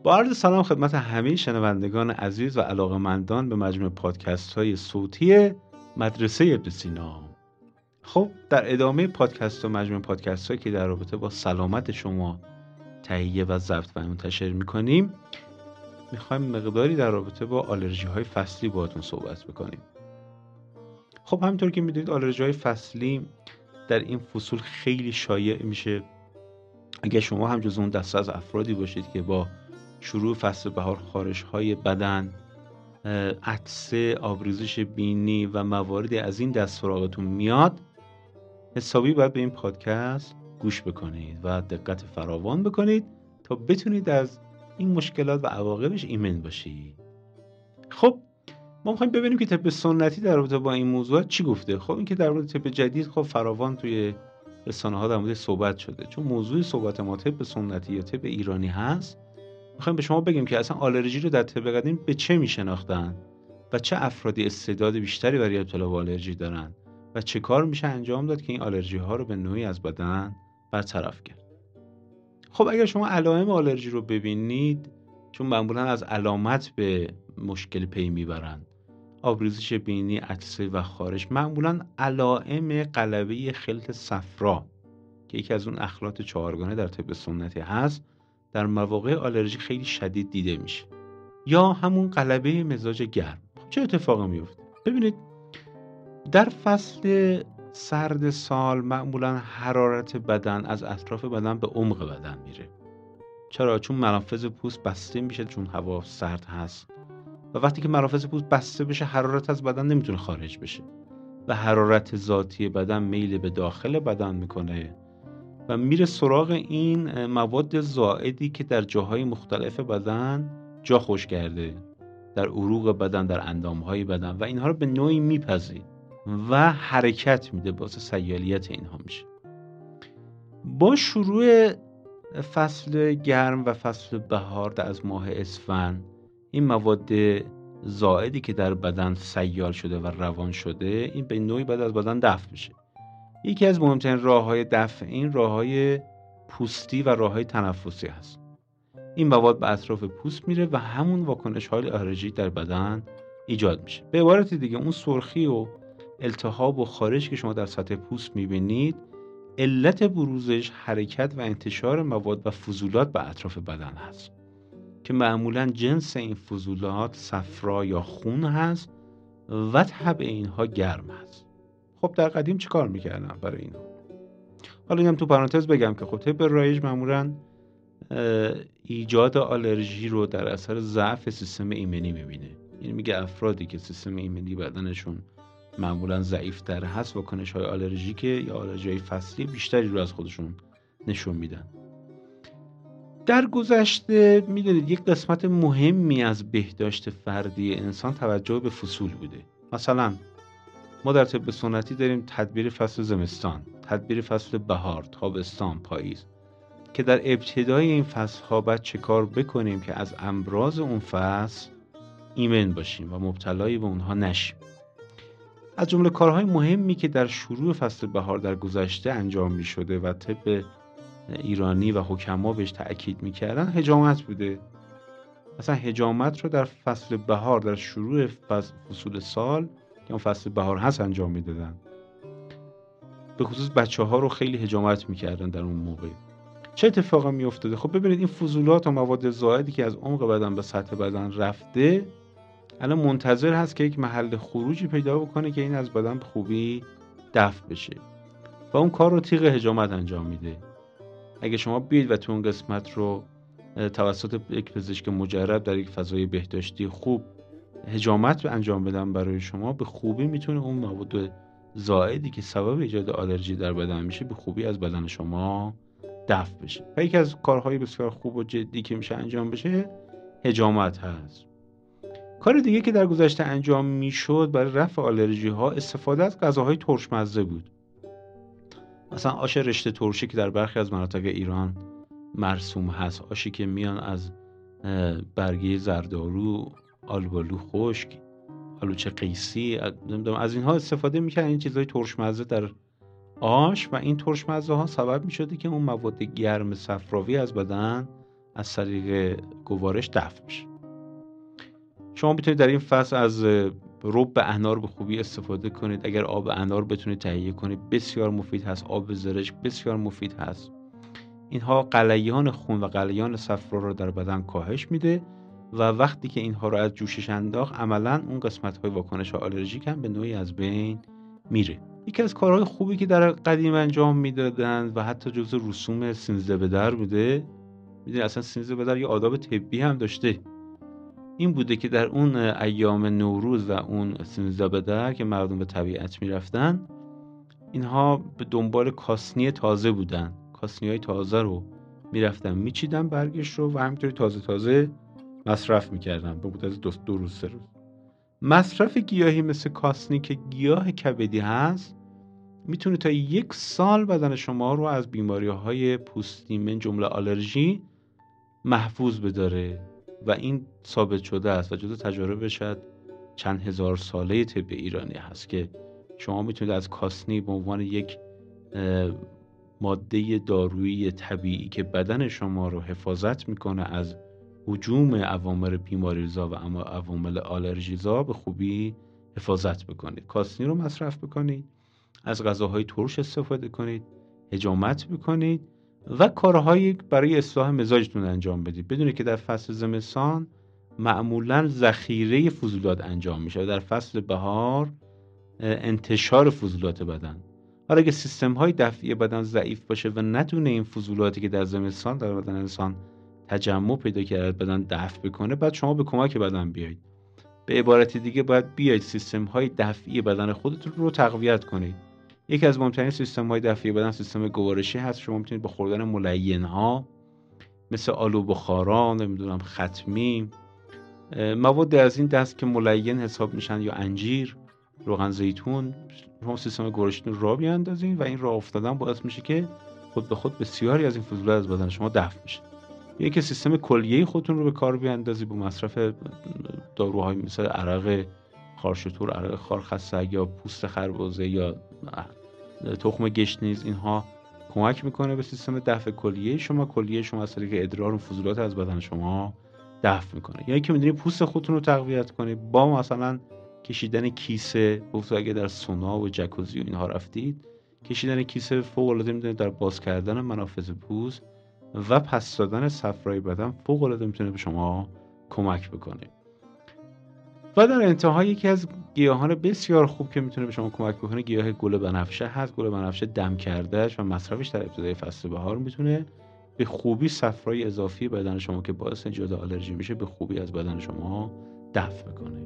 با عرض سلام خدمت همه شنوندگان عزیز و علاقه‌مندان به مجموعه پادکست‌های صوتی مدرسه ابن سینا. خب در ادامه پادکست و مجموعه پادکست‌هایی که در رابطه با سلامت شما تهیه و ضبط و منتشر می‌کنیم، می‌خوایم مقداری در رابطه با آلرژی‌های فصلی باهاتون صحبت بکنیم. خب همونطور که می‌دونید آلرژی‌های فصلی در این فصول خیلی شایع میشه. اگه شما هم جز اون دسته از افرادی باشید که با شروع فصل بهار خارش‌های بدن، عطسه، آبریزش بینی و مواردی از این دست سراغتون میاد، حسابی باید به این پادکست گوش بکنید و دقت فراوان بکنید تا بتونید از این مشکلات و عواقبش ایمن باشید. خب ما می‌خوایم ببینیم که طب سنتی در رابطه با این موضوع چی گفته. خب این که در مورد طب جدید خب فراوان توی رسانه‌ها در مورد صحبت شده، چون موضوع صحبت ما طب سنتی یا طب ایرانی هست. میخوایم به شما بگیم که اصلا آلرژی رو در طب قدیم به چه میشناختن و چه افرادی استعداد بیشتری برای ابتلا به آلرژی دارن و چه کار میشه انجام داد که این آلرژی ها رو به نوعی از بدن برطرف کرد. خب اگر شما علائم آلرژی رو ببینید، چون معمولا از علامت به مشکل پی میبرن، آبریزش بینی، عطسه و خارش، معمولا علائم غلبه خلط صفرا که یکی از اون اخلاط چهارگانه در طب سنتی هست، در مواقع آلرژی خیلی شدید دیده میشه. یا همون غلبه مزاج گرم. چه اتفاقی میفته؟ ببینید در فصل سرد سال معمولا حرارت بدن از اطراف بدن به عمق بدن میره. چرا؟ چون منافذ پوست بسته میشه، چون هوا سرد هست و وقتی که منافذ پوست بسته بشه حرارت از بدن نمیتونه خارج بشه و حرارت ذاتی بدن میل به داخل بدن میکنه و میره سراغ این مواد زائدی که در جاهای مختلف بدن جا خوش کرده، در عروق بدن، در اندامهای بدن، و اینها رو به نوعی میپزه و حرکت میده، باعث سیالیت اینها میشه. با شروع فصل گرم و فصل بهار از ماه اسفند، این مواد زائدی که در بدن سیال شده و روان شده، این به نوعی بعد از بدن دفع میشه. یکی از مهمترین راه‌های دفع این راه‌های پوستی و راه‌های تنفسی هست. این مواد به اطراف پوست میره و همون واکنش‌های آلرژیک در بدن ایجاد میشه. به عبارت دیگه اون سرخی و التهاب و خارش که شما در سطح پوست میبینید، علت بروزش حرکت و انتشار مواد و فضولات به اطراف بدن هست که معمولاً جنس این فضولات صفرا یا خون هست و طبع اینها گرم هست. خب در قدیم چه کار میکردن برای اینا؟ حالا اینم تو پرانتز بگم که خب طب رایج معمولاً ایجاد آلرژی رو در اثر ضعف سیستم ایمنی میبینه. یعنی میگه افرادی که سیستم ایمنی بدنشون معمولاً ضعیف‌تر هست، واکنش‌های آلرژیک یا آلرژی‌های فصلی بیشتری رو از خودشون نشون میدن. در گذشته میدونید یک قسمت مهمی از بهداشت فردی انسان توجه به فصول بوده. مثلا ما در طب سنتی داریم تدبیر فصل زمستان، تدبیر فصل بهار، تابستان، پاییز، که در ابتدای این فصل‌ها باید چه کار بکنیم که از امراض اون فصل ایمن باشیم و مبتلای به اونها نشیم. از جمله کارهای مهمی که در شروع فصل بهار در گذشته انجام می شده و طب ایرانی و حکما بهش تأکید می کردن، حجامت بوده. مثلا حجامت رو در فصل بهار، در شروع فصول سال که اون فصل بهار هست انجام می دادن. به خصوص بچه ها رو خیلی حجامت می کردن در اون موقع. چه اتفاقی می افتاده؟ خب ببینید این فضولات و مواد زائدی که از عمق بدن به سطح بدن رفته الان منتظر هست که یک محل خروجی پیدا بکنه که این از بدن به خوبی دفع بشه و اون کار رو تیغ حجامت انجام میده. اگه شما بیاید و تو اون قسمت رو توسط یک پزشک مجرب در یک فضای بهداشتی خوب حجامت انجام بدن برای شما، به خوبی میتونه اون مواد زائدی که سبب ایجاد آلرژی در بدن میشه به خوبی از بدن شما دفع بشه. و یکی از کارهای بسیار خوب و جدی که میشه انجام بشه حجامت هست. کار دیگه که در گذشته انجام میشد برای رفع آلرژی ها استفاده از غذاهای ترشمزه بود. مثلا آش رشته ترشی که در برخی از مناطق ایران مرسوم هست، آشی که میان از برگه زردآلو، آلوبالو خشک، آلوچه قیسی، نمیدونم از اینها استفاده میکنن، این چیزهای ترشمزه در آش، و این ترشمزه ها سبب میشده که اون مواد گرم صفراوی از بدن از طریق گوارش دفع میشه. شما میتونید در این فصل از رب انار به خوبی استفاده کنید. اگر آب انار بتونید تهیه کنید بسیار مفید هست. آب زرشک بسیار مفید هست. اینها غلیان خون و غلیان صفرا رو در بدن کاهش میده و وقتی که اینها رو از جوشش انداخت عملاً اون قسمت‌های واکنش آلرژیک هم به نوعی از بین میره. یکی از کارهای خوبی که در قدیم انجام میدادند و حتی جزو رسوم سینزده به در بوده، میدونید اصلا سینزده به در یه آداب طبی هم داشته، این بوده که در اون ایام نوروز و اون سینزده به در که مردم به طبیعت میرفتن، اینها به دنبال کاسنی تازه بودن. کاسنی‌های تازه رو میرفتن میچیدن برگش رو و همینطوری تازه مصرف میکردن به مدت 2 روز 3 روز. مصرف گیاهی مثل کاسنی که گیاه کبدی هست میتونه تا 1 سال بدن شما رو از بیماری‌های پوستی من جمله آلرژی محفوظ بداره و این ثابت شده است و جزو تجارب شاید چند هزار ساله طب ایرانی هست که شما میتونید از کاسنی به عنوان یک ماده دارویی طبیعی که بدن شما رو حفاظت میکنه از هجوم عوامل بیماریزا و عوامل آلرژیزا به خوبی حفاظت بکنید. کاسنی رو مصرف بکنید، از غذاهای ترش استفاده کنید، حجامت بکنید و کارهایی برای اصلاح مزاجتون انجام بدید. بدونید که در فصل زمستان معمولاً ذخیره فضولات انجام میشه، در فصل بهار انتشار فضولات بدن. حالا اگه سیستم های دفعی بدن ضعیف باشه و نتونه این فضولاتی که در زمستان در بدن انسان تجمع پیدا کرده بدن دفع بکنه، بعد شما به کمک بدن بیایید. به عبارت دیگه باید بیایید سیستم های دفعی بدن خودتون رو تقویت کنید. یکی از مهمترین سیستم های دفعی بدن سیستم گوارشی هست. شما میتونید با خوردن ملین ها مثل آلو بخارا، نمیدونم ختمی، مواد از این دست که ملین حساب میشن یا انجیر، روغن زیتون، شما سیستم گوارشیتون را بیاندازین و این راه افتادن باعث میشه که خود به خود بسیاری از این فضولات از بدن شما دفع میشه. یا اینکه سیستم کلیه خودتون رو به کار بیاندازید با مصرف داروهای مثل عرق خارشتور، عرق خارخسته یا پوست خربزه یا تخم گشنیز. اینها کمک میکنه به سیستم دفع کلیه شما. کلیه شما از طریق ادرار و فضولات از بدن شما دفع میکنه. یا اینکه میدونید پوست خودتون رو تقویت کنید با مثلا کشیدن کیسه. گفتم اگه در سونا و جکوزی و اینها رفتید، کشیدن کیسه فوق العاده میتونه در باز کردن منافذ پوست و پس دادن صفرای بدن فوق العاده میتونه به شما کمک بکنه. و در انتها یکی از گیاهان بسیار خوب که میتونه به شما کمک بکنه گیاه گل بنفشه هست. گل بنفشه دم کردهش و مصرفش در ابتدای فصل بهار میتونه به خوبی صفرای اضافی بدن شما که باعث ایجاد آلرژی میشه به خوبی از بدن شما دفع بکنه.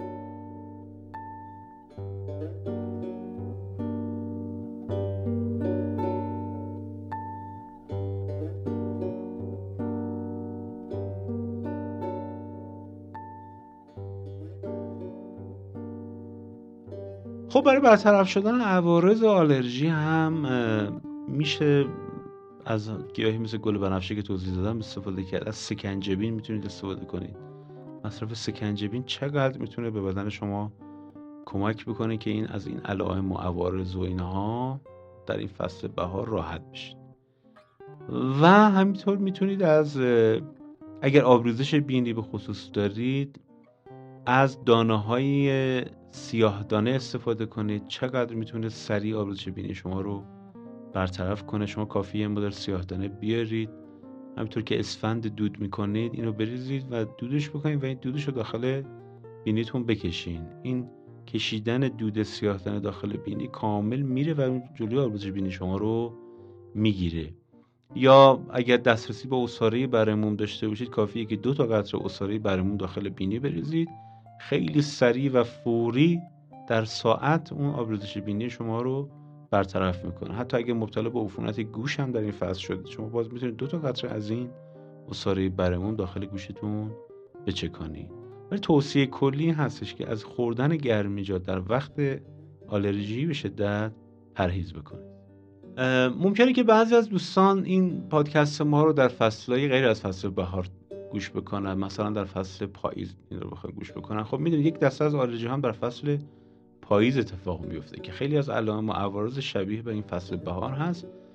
خب برای برطرف شدن عوارض آلرژی هم میشه از گیاهی مثل گل بنفشه که توضیح دادم استفاده کرد. از سکنجبین میتونید استفاده کنید. مصرف سکنجبین چقدر میتونه به بدن شما کمک بکنه که این از این علائم و عوارض و اینها در این فصل بهار راحت بشید. و همینطور میتونید از اگر آبریزش بینی به خصوص دارید از دانه‌های سیاه دانه استفاده کنید. چقدر میتونه سریع آبریزش بینی شما رو برطرف کنه. شما کافیه مقدار سیاه دانه بیارید، همینطور که اسفند دود میکنید اینو بریزید و دودش بکنید و این دودش رو داخل بینیتون بکشین. این کشیدن دود سیاه دانه داخل بینی کامل میره و اون جلوی آبریزش بینی شما رو میگیره. یا اگر دسترسی به عصاره برموم داشته باشید کافیه که 2 قطره عصاره برموم داخل بینی بریزید، خیلی سریع و فوری در ساعت اون آبریزش بینی شما رو برطرف میکنه. حتی اگه مبتلا به عفونت گوش هم در این فصل شده شما باز میتونید 2 قطره از این عصاره برموم داخل گوشتون بچکانید. ولی توصیه کلی هستش که از خوردن گرمیجات در وقت آلرژی به شدت پرهیز بکنید. ممکنه که بعضی از دوستان این پادکست ما رو در فصلهای غیر از فصل بهار گوش بکنن، مثلا در فصل پاییز این رو بخوام گوش بکنن. خب میدونید یک دسته از آلرژی هم در فصل پاییز اتفاق میفته که خیلی از علائم و عوارض شبیه به این فصل بهار هست.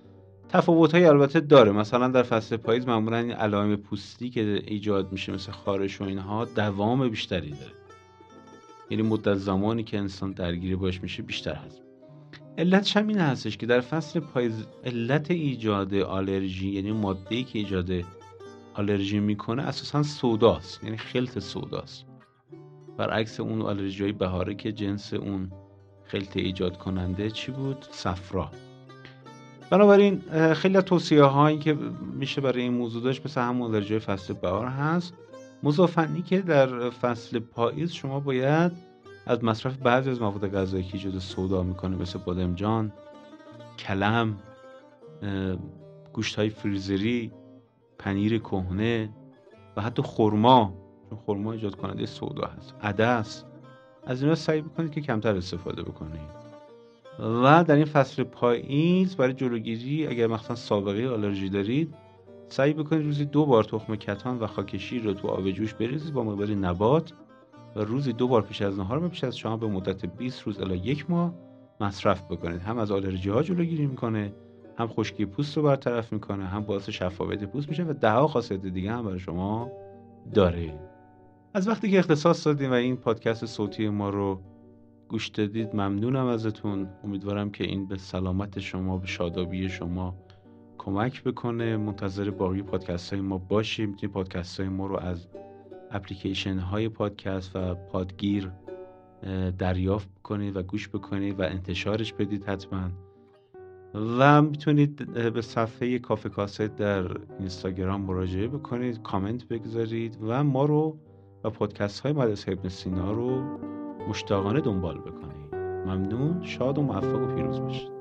تفاوت‌هایی البته داره. مثلا در فصل پاییز معمولا این علائم پوستی که ایجاد میشه مثل خارش و اینها دوام بیشتری داره، یعنی مدت زمانی که انسان درگیر باش میشه بیشتر هست. علتش هم این هستش که در فصل پاییز علت ایجاد آلرژی، یعنی ماده‌ای که ایجاد آلرژی میکنه اساساً سوداست، یعنی خلط سوداست، برعکس اون آلرژی‌های بهاره که جنس اون خلط ایجاد کننده چی بود؟ صفرا. بنابراین خیلی از توصیه‌هایی که میشه برای این موضوع داشت مثل همون آلرژی فصل بهار هست. مضافاً که در فصل پاییز شما باید از مصرف بعضی از مواد غذایی که ایجاد سودا میکنه مثل بادمجان، کلم، گوشت‌های فریزری، پنیر کهنه و حتی خرما، چون خرما ایجاد کننده سودا هست، عدس، از اینا سعی بکنید که کمتر استفاده بکنید. و در این فصل پاییز برای جلوگیری اگر مثلا سابقه آلرژی دارید، سعی بکنید روزی 2 بار تخم کتان و خاک شیر رو تو آب جوش بریزید با مقدار نبات و روزی 2 بار پیش از نهار و پیش از شام به مدت 20 روز الی 1 ماه مصرف بکنید. هم از آلرژی ها جلوگیری میکنه، هم خشکی پوست رو برطرف میکنه، هم باعث شفافیت پوست میشه و ده‌ها خاصیت دیگه هم برای شما داره. از وقتی که اختصاص دادیم و این پادکست صوتی ما رو گوش دادید ممنونم ازتون. امیدوارم که این به سلامت شما، به شادابی شما کمک بکنه. منتظر باقی پادکست های ما باشیم. میتونید پادکست های ما رو از اپلیکیشن های پادکست و پادگیر دریافت کنید و گوش بکنید و انتشارش بدید حتما. و میتونید به صفحه کافه کاست در اینستاگرام مراجعه بکنید، کامنت بگذارید و ما رو و پادکست های مدرسه ابن سینا رو مشتاقانه دنبال بکنید. ممنون، شاد و موفق و پیروز باشید.